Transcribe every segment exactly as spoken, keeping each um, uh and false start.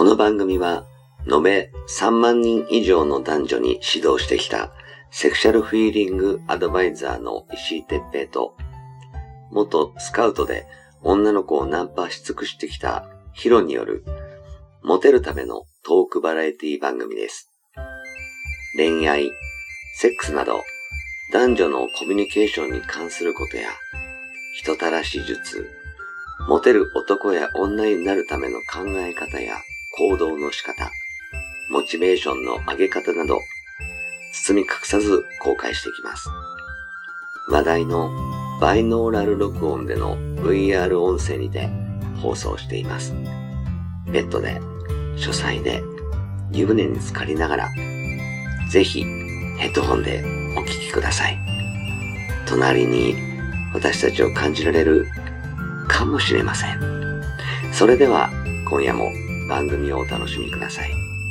の番組は延べさんまんにん以上の男女に指導してきたセクシャルフィーリングアドバイザーの石井哲平と、元スカウトで女の子をナンパし尽くしてきたヒロによるモテるためのトークバラエティ番組です。恋愛、セックスなど男女のコミュニケーションに関することや人たらし術、モテる男や女になるための考え方や行動の仕方、モチベーションの上げ方など包み隠さず公開していきます。話題のバイノーラル録音での ブイアール 音声にて放送しています。ベッドで、書斎で、湯船に浸かりながら、ぜひヘッドホンでお聞きください。隣に私たちを感じられるかもしれません。それでは今夜も番組をお楽しみください。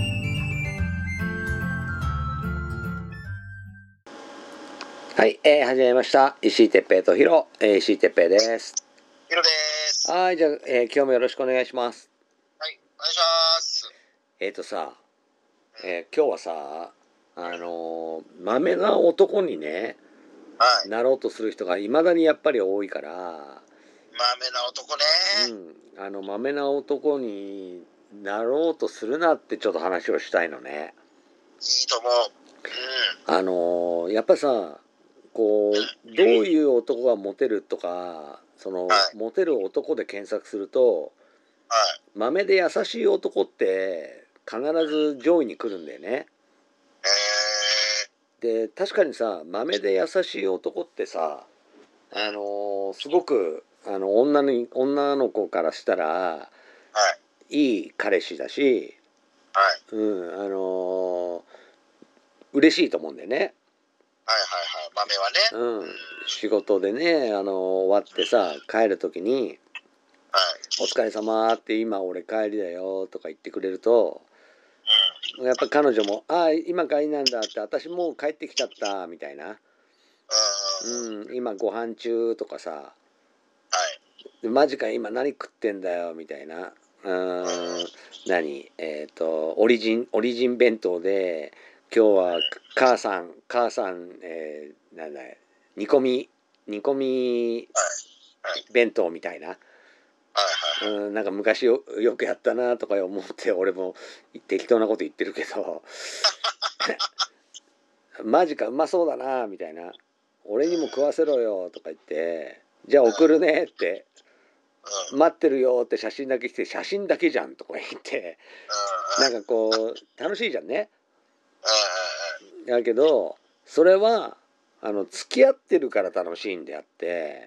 はい、えー、始めました。石井哲平とヒロ、えー、石井哲平です。 ヒロです。 はい、じゃあ、えー、今日もよろしくお願いします。 はい、お願いします。 えーとさ、えー、今日はさ、あのー、豆な男にね、 はい、 なろうとする人がいまだにやっぱり多いから、 豆な男ね。 うん、あの豆な男になろうとするなってちょっと話をしたいのね。 いいと思う。 うん、あのー、やっぱさ、こうどういう男がモテるとか、その、はい、モテる男で検索すると、 はい、 豆で優しい男って必ず上位に来るんだよね。 へーで確かにさ、豆で優しい男ってさ、あのー、すごくあの 女に女の子からしたら、 はい、 いい彼氏だし、 はい、 うん、あのー、嬉しいと思うんだよね。 はいはいはい、豆はね。 うん、仕事でね、あのー、終わってさ、帰る時に、 はい、 お疲れ様って今俺帰りだよとか言ってくれると、うん、やっぱ彼女も、ああ、今帰りなんだって、私もう帰ってきちゃったみたいな。うん、今ご飯中とかさ、はい、マジか今何食ってんだよみたいな。うん、何えっ、ー、とオリジンオリジン弁当で今日は母さん母さん、えー、なんだ煮込み煮込み弁当みたいな、うん、なんか昔 よ, よくやったなとか思って俺も適当なこと言ってるけどマジかうまそうだなみたいな、俺にも食わせろよとか言って、じゃあ送るねって待ってるよって写真だけ来て、写真だけじゃんとか言って、なんかこう楽しいじゃんね。だけどそれはあの付き合ってるから楽しいんであって、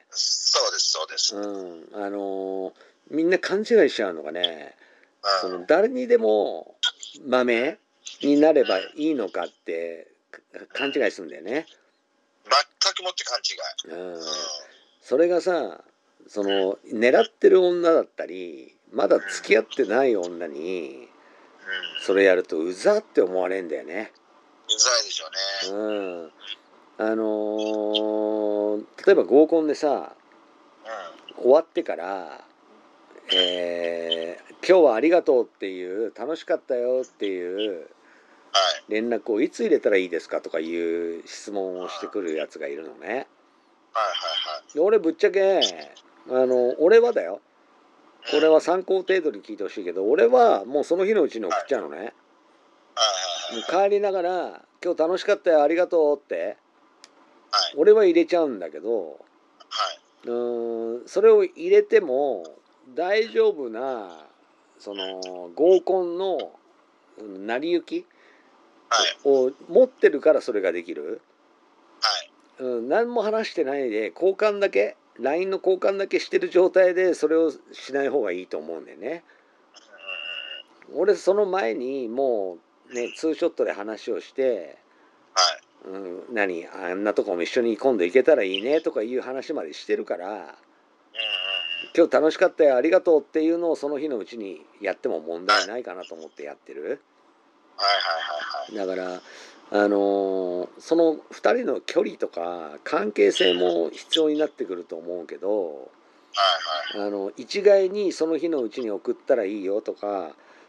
そうですそうです、 うん、あのみんな勘違いしちゃうのがね、その誰にでも豆になればいいのかって勘違いするんだよね。 全くもって勘違い、 うん、それがさ、その狙ってる女だったりまだ付き合ってない女にそれやるとうざって思われんだよね。 うざいでしょうね。 うん、あのー、例えば合コンでさ、うん、終わってから、えー、今日はありがとうっていう楽しかったよっていう連絡をいつ入れたらいいですかとかいう質問をしてくるやつがいるのね。はいはいはい、で俺ぶっちゃけあの俺はだよ、これは参考程度に聞いてほしいけど、俺はもうその日のうちに送っちゃうのね。はい、もう帰りながら今日楽しかったよありがとうって、はい、俺は入れちゃうんだけど、はい、うん、それを入れても大丈夫なその合コンの成り行きを持ってるからそれができる。はい、うん、何も話してないで交換だけ ライン の交換だけしてる状態でそれをしない方がいいと思うんだよね。俺その前にもうねツーショットで話をして、はい、うん、何あんなとこも一緒に今度行けたらいいねとかいう話までしてるから、今日楽しかったよありがとうっていうのをその日のうちにやっても問題ないかなと思ってやってる。はいはいはいはい。だからあのー、そのふたりの距離とか関係性も必要になってくると思うけど、はいはい、あの一概にその日のうちに送ったらいいよとか、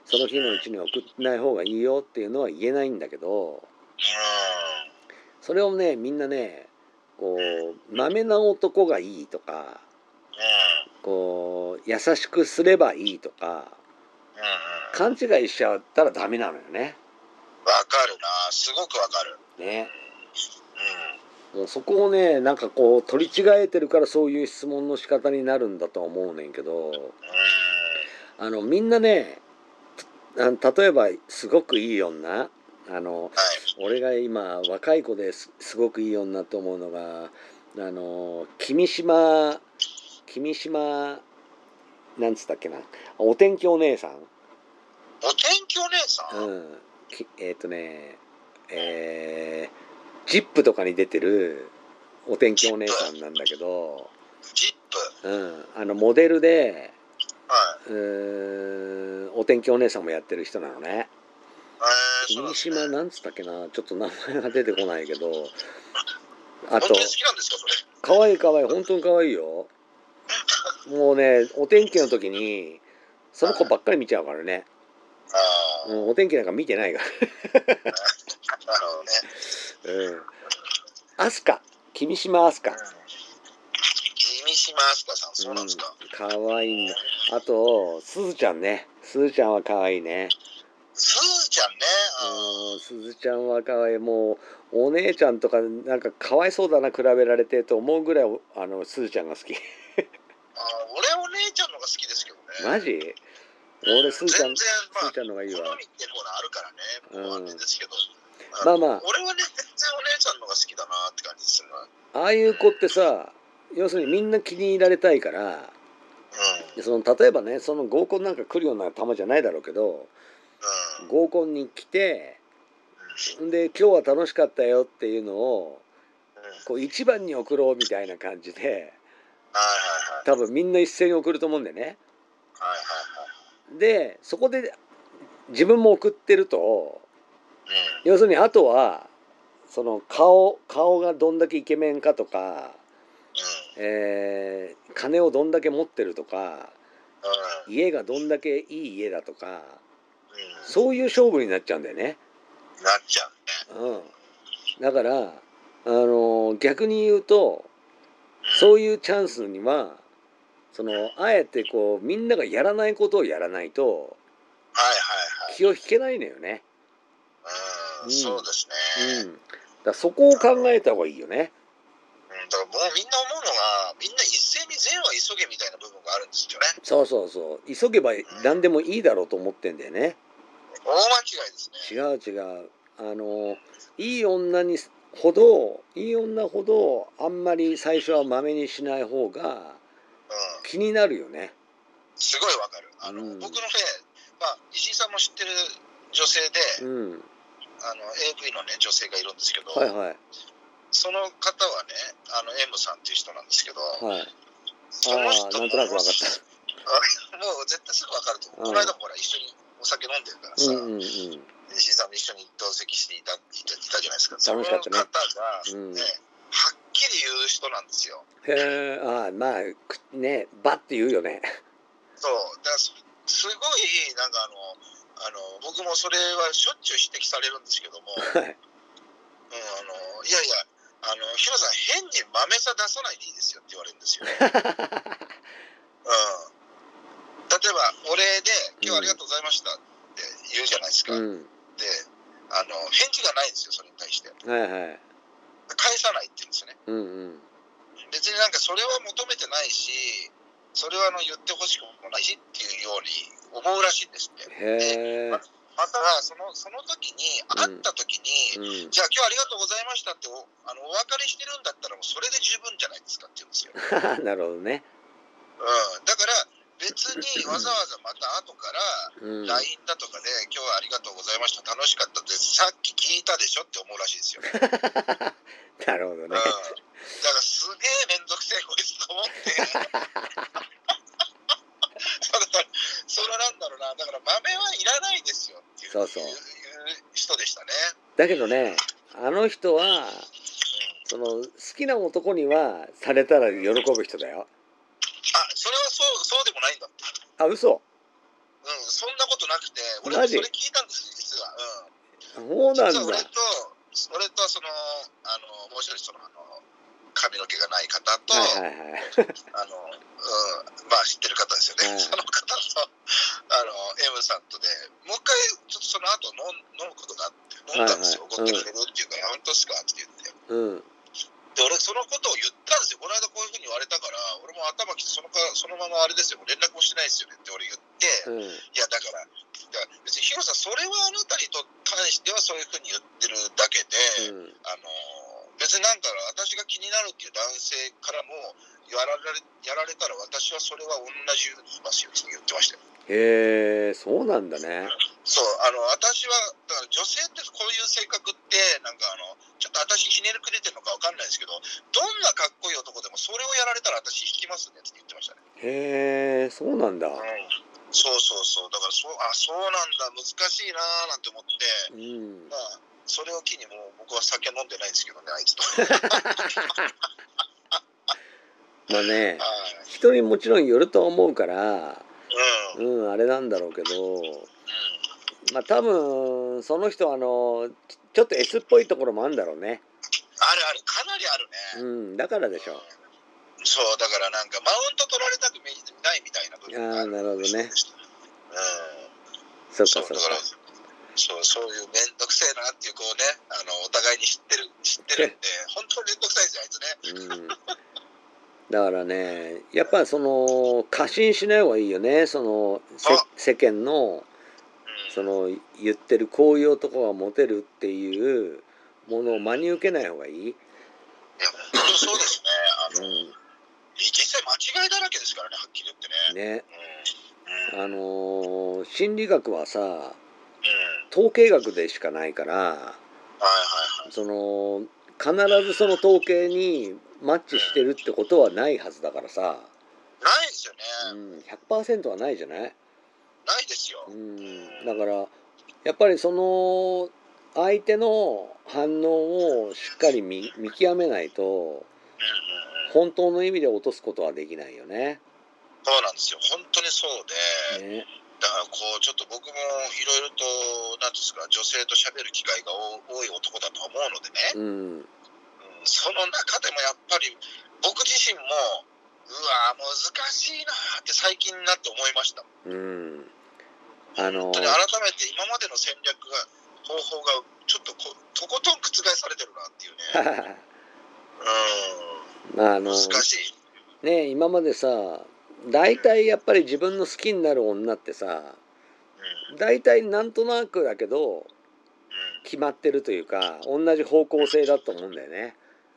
その日のうちに送ってない方がいいよっていうのは言えないんだけど、それをねみんなねこうまめな男がいいとか、こう優しくすればいいとか勘違いしちゃったらダメなのよね。 わかるな、すごくわかるね。 うん、 もうそこをねなんかこう取り違えてるからそういう質問の仕方になるんだとは思うねんけど、 うん、 あのみんなねあの例えばすごくいい女、あの、 はい、 俺が今若い子ですすごくいい女って思うのがあの君島君島なんつったっけな、お天気お姉さん。 お天気お姉さん、 うん、きえっ、ー、とねえー、ジップとかに出てるお天気お姉さんなんだけど、 ジップ、 うん、あのモデルで、 はうーん、お天気お姉さんもやってる人なのね。 い、えー、 君島なんつったっけな、ちょっと名前が出てこないけど、あと本当に好きなんですかそれ。 可愛い可愛い本当に可愛いよ。もうねお天気の時にその子ばっかり見ちゃうからね。 あ、 うん、お天気なんか見てないからなるほどね。 うん。アスカ、君島アスカ。 うん、君島アスカさん、そうなんですか。 うん、可愛いんだ。あとすずちゃんね。すずちゃんは可愛いね。 すずちゃんね。 うん、すずちゃんは可愛い。もうお姉ちゃんとかなんかかわいそうだな比べられてと思うぐらいあのすずちゃんが好き。 あ、俺お姉ちゃんのが好きですけどね。 マジ？俺すずちゃん、 全然、まあ、 すずちゃんのがいいわ。 好みっていうのがあるからね。もうあれですけど。 うん、まあまあ。 俺はね全然お姉ちゃんのが好きだなって感じでするな。 ああいう子ってさ、要するにみんな気に入られたいから。うん、その例えばねその合コンなんか来るような球じゃないだろうけど、うん、合コンに来て、うん、で今日は楽しかったよっていうのを、うん、こう一番に送ろうみたいな感じで、はいはいはい、多分みんな一斉に送ると思うんだよね。はいはいはい、でそこで自分も送ってると、うん、要するにあとはその顔顔がどんだけイケメンかとか、えー、金をどんだけ持ってるとか、うん、家がどんだけいい家だとか、うん、そういう勝負になっちゃうんだよね。 なっちゃうね。 うん、だから、あのー、逆に言うと、うん、そういうチャンスにはそのあえてこうみんながやらないことをやらないと、はいはいはい、気を引けないのよね。 うん、うん、そうですね。 うん、だからそこを考えた方がいいよね。 だからもうみんな思うのがみんな一斉に善は急げみたいな部分があるんですよね。 そうそうそう、急げば何でもいいだろうと思ってんだよね。 大間違いですね。 違う違う、あのいい女にほどいい女ほどあんまり最初はまめにしない方が気になるよね。うん、 すごいわかる。あの、うん、僕のね、まあ、石井さんも知ってる女性で、うん、あの エーブイ のね女性がいるんですけど。はいはい、その方はね、あの M さんっていう人なんですけど、はい、その人もなんとなく分かった。もう絶対すぐ分かると思う。この間もほら一緒にお酒飲んでるからさ、うんうんうん、石井さんも一緒に同席していたいたじゃないですか。楽しかったね。その方が、ね、うん、はっきり言う人なんですよ。 へえ、ああ、まあね、バッて言うよね。 そう、だからすごいなんかあのあの僕もそれはしょっちゅう指摘されるんですけども、はい、うん、あのいやいや。あのヒロさん変にまめさ出さないでいいですよって言われるんですよ。うん、例えばお礼で今日はありがとうございましたって言うじゃないですか。うん、であの返事がないんですよそれに対して。はいはい、返さないって言うんですよね。うんうん、別になんかそれは求めてないしそれはあの言ってほしくもないしっていうように思うらしいんですって。へー。またはそのその時に会った時に、うん、じゃあ今日ありがとうございましたって お, あのお別れしてるんだったらもうそれで十分じゃないですかって言うんですよ。 なるほどね。 うん、だから別にわざわざまた後から ライン だとかで、うん、今日はありがとうございました楽しかったですさっき聞いたでしょって思うらしいですよ。 なるほどね。うん、だからすげえめんどくせえこいつと思って。それなんだろうな、だから豆はいらないですよっていう、そうそう、いう人でしたね。 だけどね、あの人は、うん、その好きな男にはされたら喜ぶ人だよ。 あ、それはそうそうでもないんだって。 あ、嘘。 うん、そんなことなくて、俺もそれ聞いたんです実は。 うん、そうなんだ。 実は俺と俺とそのあのもう一人そのあの髪の毛がない方と、はいはいはい、あの、うん、まあ知ってる方ですよね。はい、その方とあの M さんとでもう一回ちょっとその後飲飲むことがあって飲んだんですよ。おご、はいはい、ってくれるっていうか、本当ですかって言って。うん。で俺そのことを言ったんですよ。この間こういうふうに言われたから俺も頭きてそのかそのままあれですよ、連絡もしてないですよねって俺言って、うん、いやだから別にヒロさんそれはあなたにと関してはそういうふうに言ってるだけで、うん、あの別になんか私が気になるっていう男性からもやられやられたら私はそれは同じ言いますよって言ってましたよ。 へえ、そうなんだね。 そうあの私はだから女性ってこういう性格ってなんかあのちょっと私ひねるくれてるのかわかんないですけど、どんなかっこいい男でもそれをやられたら私引きますねって言ってましたね。 へえ、そうなんだ。うん、 そうそうそうだからそうあそうなんだ難しいなーなんて思って、うん、まあそれを機にもう僕は酒飲んでないんですけどねあいつと。 まあね、人にもちろんよると思うから、うん、うん、あれなんだろうけど、うん、まあ多分その人はあのちょっと S っぽいところもあるんだろうね。 あるあるかなりあるね。 うん、だからでしょ。うん、 そうだからなんかマウント取られたくないみたいな部分がある。 ああなるほどね。うん、 そうかそうか。そうそういう面倒くせえなっていうこうねあのお互いに知ってる知ってるんで本当に面倒くさいですよあいつね。うんだからねやっぱその過信しない方がいいよね。その世間のその言ってるこういう男がモテるっていうものを真に受けない方がいい。いや本当そうですね。あの、うん、実際間違いだらけですからねはっきり言ってね。ね、 うん、あのー、心理学はさ、うん、統計学でしかないから、はいはいはい、その必ずその統計にマッチしてるってことはないはずだからさ。ないですよね。 うん、ひゃくパーセント はないじゃない。ないですよ。 うん、だからやっぱりその相手の反応をしっかり 見, 見極めないと本当の意味で落とすことはできないよね。 そうなんですよ本当にそうで、ね、だからこうちょっと僕もいろいろと何ですか女性と喋る機会が多い男だと思うのでね、うんうん、その中でもやっぱり僕自身もうわ難しいなって最近になって思いました。うん、あのー、本当に改めて今までの戦略が方法がちょっとことことん覆されてるなっていうね。 うん、まああのー、難しいね。今までさ大体やっぱり自分の好きになる女ってさ大体なんとなくだけど決まってるというか同じ方向性だと思うんだよね。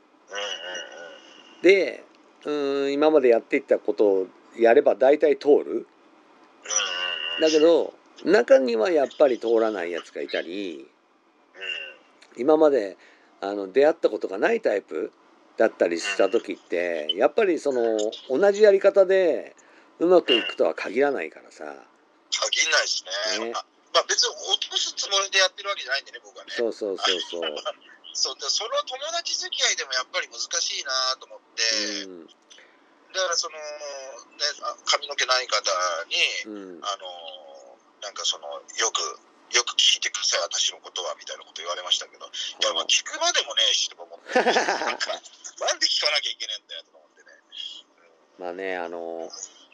でうん今までやっていったことをやれば大体通る。だけど中にはやっぱり通らないやつがいたり今まであの出会ったことがないタイプだったりした時ってやっぱりその同じやり方でうまくいくとは限らないからさ。限らないですね。ねまあ別に落とすつもりでやってるわけじゃないんでね僕はね。そうそうそうそう。そうでその友達付き合いでもやっぱり難しいなと思って、うん、だからその、ね、髪の毛ない方に、うん、あのなんかそのよくよく聞いてください私のことはみたいなこと言われましたけど、いやまあ聞くまでもねえしとか思ってなんかなんで聞かなきゃいけねえんだよとか思ってね、 うん、まあねあの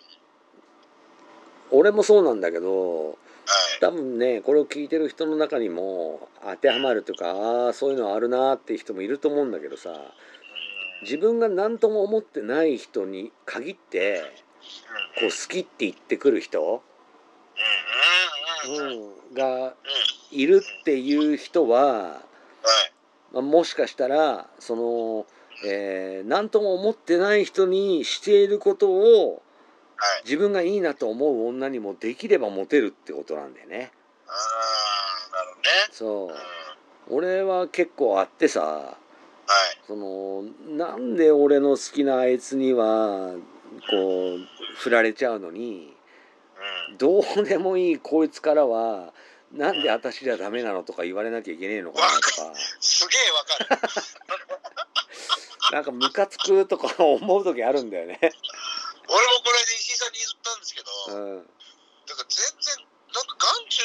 俺もそうなんだけど、はい、多分ねこれを聞いてる人の中にも当てはまるというか、うん、ああそういうのあるなっていう人もいると思うんだけどさ、うん、自分が何とも思ってない人に限って、うん、こう好きって言ってくる人、うん、がいるっていう人は、まあ、もしかしたらその、えー、何とも思ってない人にしていることを自分がいいなと思う女にもできればモテるってことなんだよね。ああ、なるほどね。そう、うん、俺は結構あってさ、はい、そのなんで俺の好きなあいつにはこう振られちゃうのに、うん、どうでもいいこいつからはなんで私じゃダメなのとか言われなきゃいけねえのかなとか。すげえわかる。なんかムカつくとか思う時あるんだよね。俺もこれで石井さんに言ったんですけど、うん、だから全然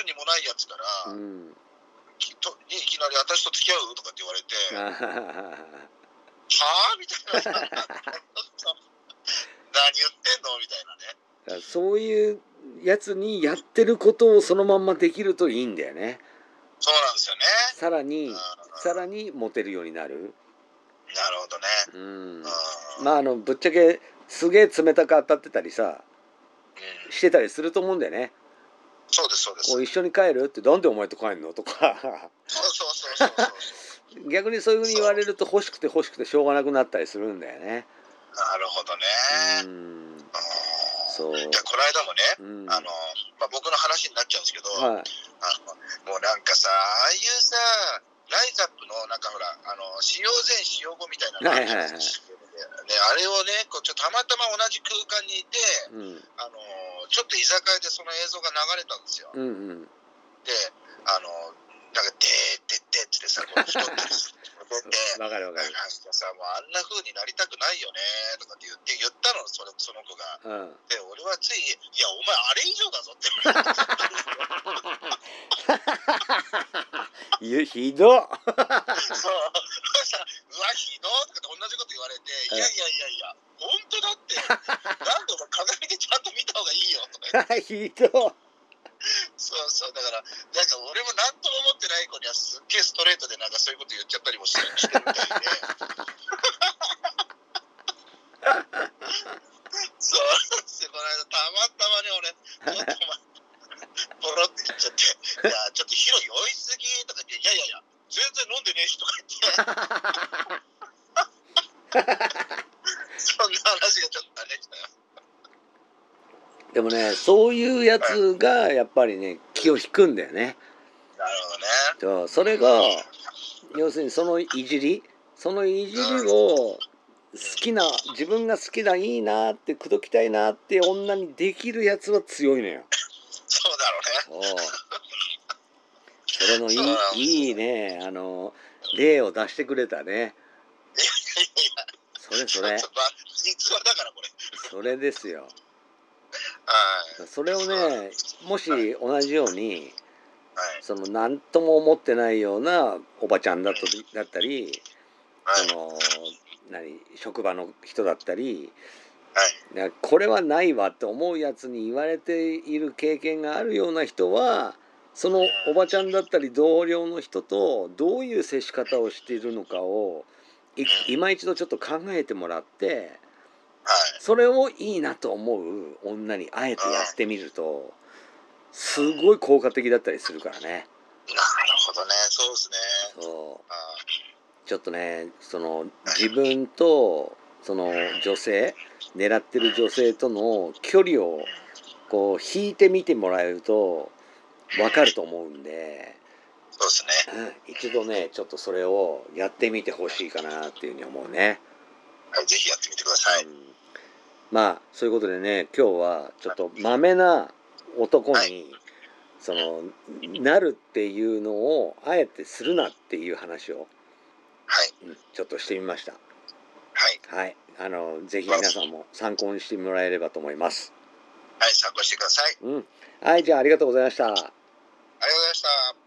にもないやつから、うん、きといきなり私と付き合うとかって言われてはあみたいな何言ってんのみたいなね。 そういうやつにやってることをそのまんまできるといいんだよね。 そうなんですよね。 さらに、うん、さらにモテるようになる。 なるほどね。 うん。うん、まああのぶっちゃけすげえ冷たく当たってたりさ、うん、してたりすると思うんだよね。 そうですそうです。 こう一緒に帰るってなんでお前と帰んのとか。 そうそうそうそうそう。 逆にそういうふうに言われると欲しくて欲しくてしょうがなくなったりするんだよね。 なるほどね。うん。そう。でこの間もね、うん、あのまあ、僕の話になっちゃうんですけど、はい、あのもうなんかさああいうさライザップのなんかほらあの使用前使用後みたいなのがあるじゃないですか。ね、あれをねこうちょっとたまたま同じ空間にいて、うん、あのちょっと居酒屋でその映像が流れたんですよ。うんうん、であのなんか「でーってって」ってさこう太ってる出てわかるわかる。なんかさもうあんな風になりたくないよねとかって言って言ったのそれその子が。うん、で俺はつい「いやお前あれ以上だぞ」って言われて。 いやひどっ。 そううわひどっとかって同じこと言われて「いやいやいやいや本当だってなんでお前鏡でちゃんと見た方がいいよ」とか言って。 ひどっ。 そうそうだからなんか俺も何とも思ってない子にはすっげえストレートでなんかそういうこと言っちゃったりもしてるみたいでそうこの間たまたまね俺ちょっとポロって言っちゃって「いやちょっとヒロ酔いすぎ」とか言って「いやいやいや全然飲んでねえし」とか言ってそんな話がちょっとあれしたよ。 でもねそういうやつがやっぱりね気を引くんだよね。 なるほどね。 それが要するにそのいじりそのいじりを好きな自分が好きないいなって口説きたいなって女にできるやつは強いのよ。 そうだろうね。 それのいいいいねあの例を出してくれたね。いやいやいやそれそれ実話だからこれ。 それですよ。それをねもし同じようにその何とも思ってないようなおばちゃんだとだったりその何職場の人だったりこれはないわって思うやつに言われている経験があるような人はそのおばちゃんだったり同僚の人とどういう接し方をしているのかを今一度ちょっと考えてもらってそれをいいなと思う女にあえてやってみるとすごい効果的だったりするからね。 なるほどねそうですね。 そうちょっとねその自分とその女性狙ってる女性との距離をこう引いてみてもらえると分かると思うんでそうですね、 うん、一度ねちょっとそれをやってみてほしいかなっていうふうに思うね。 はい、ぜひやってみてください、うん、 まあそういうことでね今日はちょっとまめな男に、はい、そのなるっていうのをあえてするなっていう話を、 はいうん、ちょっとしてみました。 はい、 はい、あのぜひ皆さんも参考にしてもらえればと思います。 はい、参考してください。 うん、はい、じゃあありがとうございました。ありがとうございました。